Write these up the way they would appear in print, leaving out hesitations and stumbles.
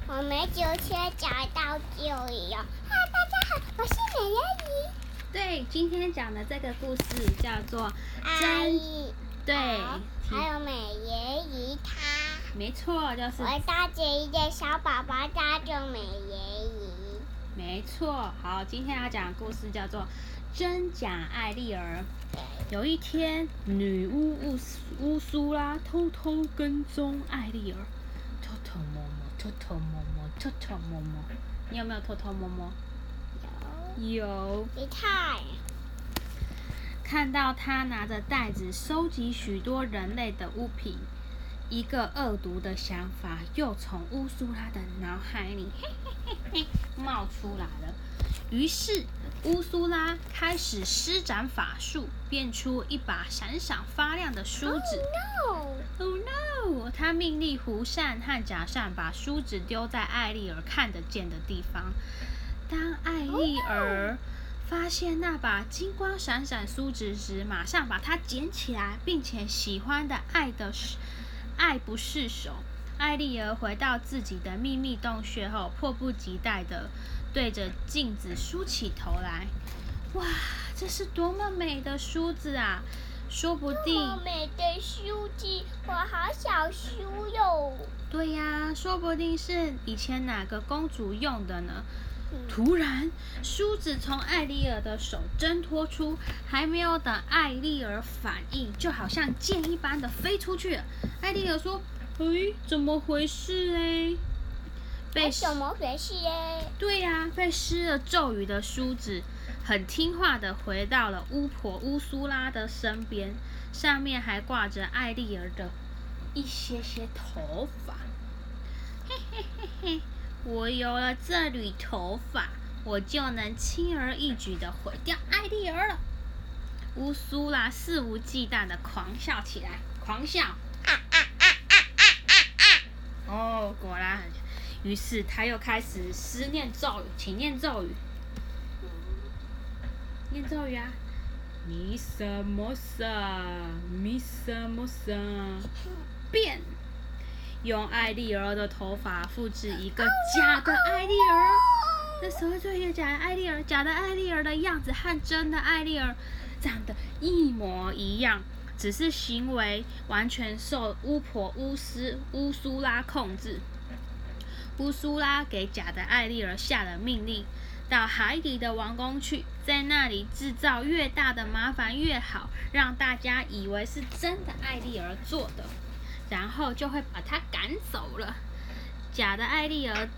我们就先讲到这里了。大家好，我是美人鱼。 对，今天讲的这个故事叫做阿姨。 对， 还有美人鱼她。 没错，就是我带着一个小宝宝叫做美人鱼。 没错，好，今天要讲的故事叫做真假艾丽儿。有一天，女巫乌苏拉偷偷跟踪艾丽儿，偷偷摸摸，偷偷摸摸，偷偷摸摸。你有没有偷偷摸摸？有。 你看。 看到她拿着袋子收集许多人类的物品，一个恶毒的想法又从乌苏拉的脑海里冒出来了。于是乌苏拉开始施展法术，变出一把闪闪发亮的梳子。Oh no！ 他命令胡扇和假扇把梳子丢在艾丽儿看得见的地方。当艾丽儿发现那把金光闪闪梳子时，马上把它捡起来，并且喜欢的爱不释手。艾丽儿回到自己的秘密洞穴后，迫不及待地对着镜子梳起头来。哇，这是多么美的梳子啊！说不定多么美的梳子，我好想梳哟。 对呀，说不定是以前哪个公主用的呢？突然，梳子从艾丽儿的手挣脱出，还没有等艾丽儿反应，就好像箭一般的飞出去了。艾丽儿说：“怎么回事嘞？” 怎么回事嘞？ 对呀，被施了咒语的梳子很听话的回到了巫婆乌苏拉的身边，上面还挂着艾丽儿的一些头发。嘿嘿嘿嘿。我有了这缕头发，我就能轻而易举地毁掉艾丽儿了。乌苏拉肆无忌惮地狂笑起来，狂笑！哦，果然很。于是他又开始念咒语，请念咒语。念咒语啊！米萨摩萨，米萨摩萨，变！用艾丽儿的头发复制一个假的艾丽儿，那时候就一个假的艾丽儿，假的艾丽儿的样子和真的艾丽儿长得一模一样，只是行为完全受巫婆乌苏拉控制。乌苏拉给假的艾丽儿下了命令，到海底的王宫去，在那里制造越大的麻烦越好，让大家以为是真的艾丽儿做的。然后就会把他赶走了。假的艾丽儿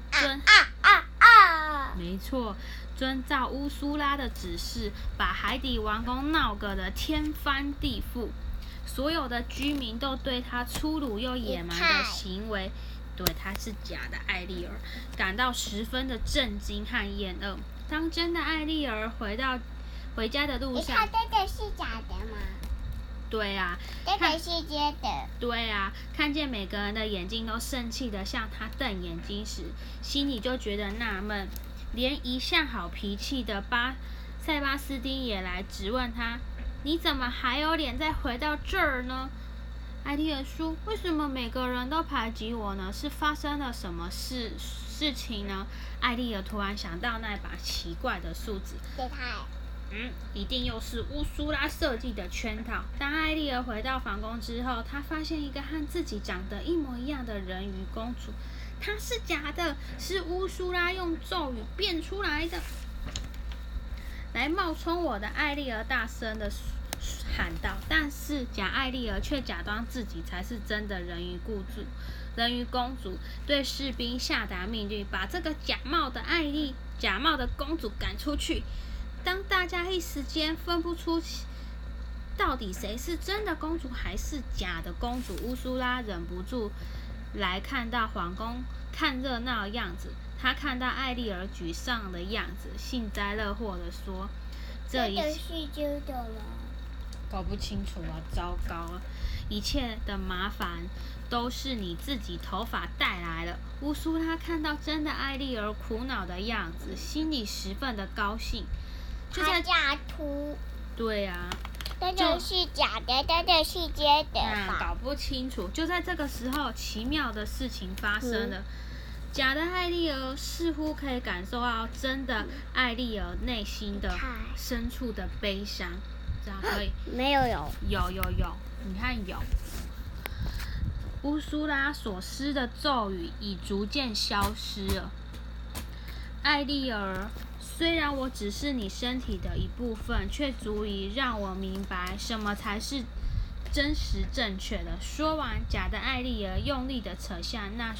没错，遵照乌苏拉的指示，把海底王宫闹个的天翻地覆。所有的居民都对他粗鲁又野蛮的行为，对他是假的艾丽儿，感到十分的震惊和厌恶。当真的艾丽儿回家的路上， 你看真的是假的吗？ 对啊， 这个是真的。 对啊，看见每个人的眼睛都生气的向他瞪眼睛时，心里就觉得纳闷。连一向好脾气的塞巴斯丁也来质问他：“你怎么还有脸再回到这儿呢？”艾丽儿说：“为什么每个人都排挤我呢？是发生了什么事情呢？”艾丽儿突然想到那把奇怪的梳子。一定又是乌苏拉设计的圈套。当艾丽儿回到皇宫之后，她发现一个和自己长得一模一样的人鱼公主，她是假的，是乌苏拉用咒语变出来的。来冒充我的艾丽儿大声的喊道，但是假艾丽儿却假装自己才是真的人鱼公主，对士兵下达命令，把这个假冒的公主赶出去。当大家一时间分不出到底谁是真的公主还是假的公主，乌苏拉忍不住来看到皇宫看热闹的样子。他看到艾丽儿沮丧的样子，幸灾乐祸地说：“ 这一切是真的吗？ 搞不清楚啊，糟糕啊！一切的麻烦都是你自己头发带来了。”乌苏拉看到真的艾丽儿苦恼的样子，心里十分的高兴。 他假图。 对啊， 真的是假的，真的是真的吧？ 搞不清楚。就在这个时候，奇妙的事情发生了。 假的艾丽儿似乎可以感受到真的艾丽儿内心的深处的悲伤，这样可以？ 没有。 有，你看有。乌苏拉所施的咒语已逐渐消失了。艾丽儿，虽然我只是你身体的一部分，却足以让我明白什么才是真实正确的。说完，假的艾丽儿用力地扯下那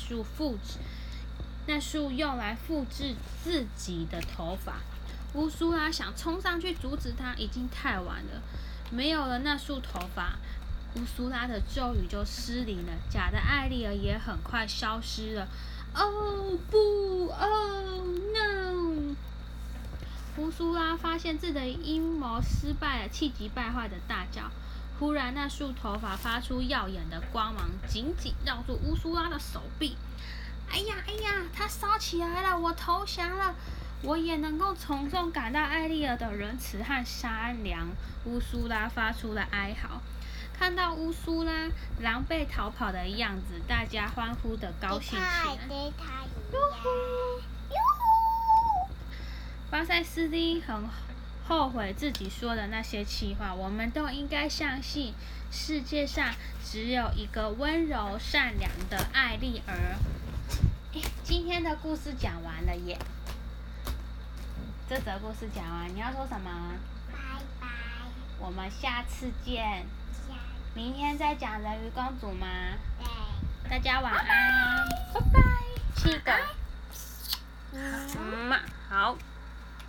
束用来复制自己的头发。乌苏拉想冲上去阻止他，已经太晚了。没有了那束头发，乌苏拉的咒语就失灵了。假的艾丽儿也很快消失了。哦不，哦 no！ 乌苏拉发现自己的阴谋失败了，气急败坏的大叫。忽然，那束头发发出耀眼的光芒，紧紧绕住乌苏拉的手臂。哎呀，它烧起来了！我投降了！我也能够从中感到艾丽儿的仁慈和善良。乌苏拉发出了哀嚎。看到乌苏拉狼狈逃跑的样子，大家欢呼的高兴起来。巴塞斯汀很后悔自己说的那些气话。我们都应该相信，世界上只有一个温柔善良的艾丽儿。今天的故事讲完了耶。这则故事讲完，你要说什么？ 拜拜。 我们下次见。明天再讲人鱼公主吗？ 对。 大家晚安。拜拜。7个。好。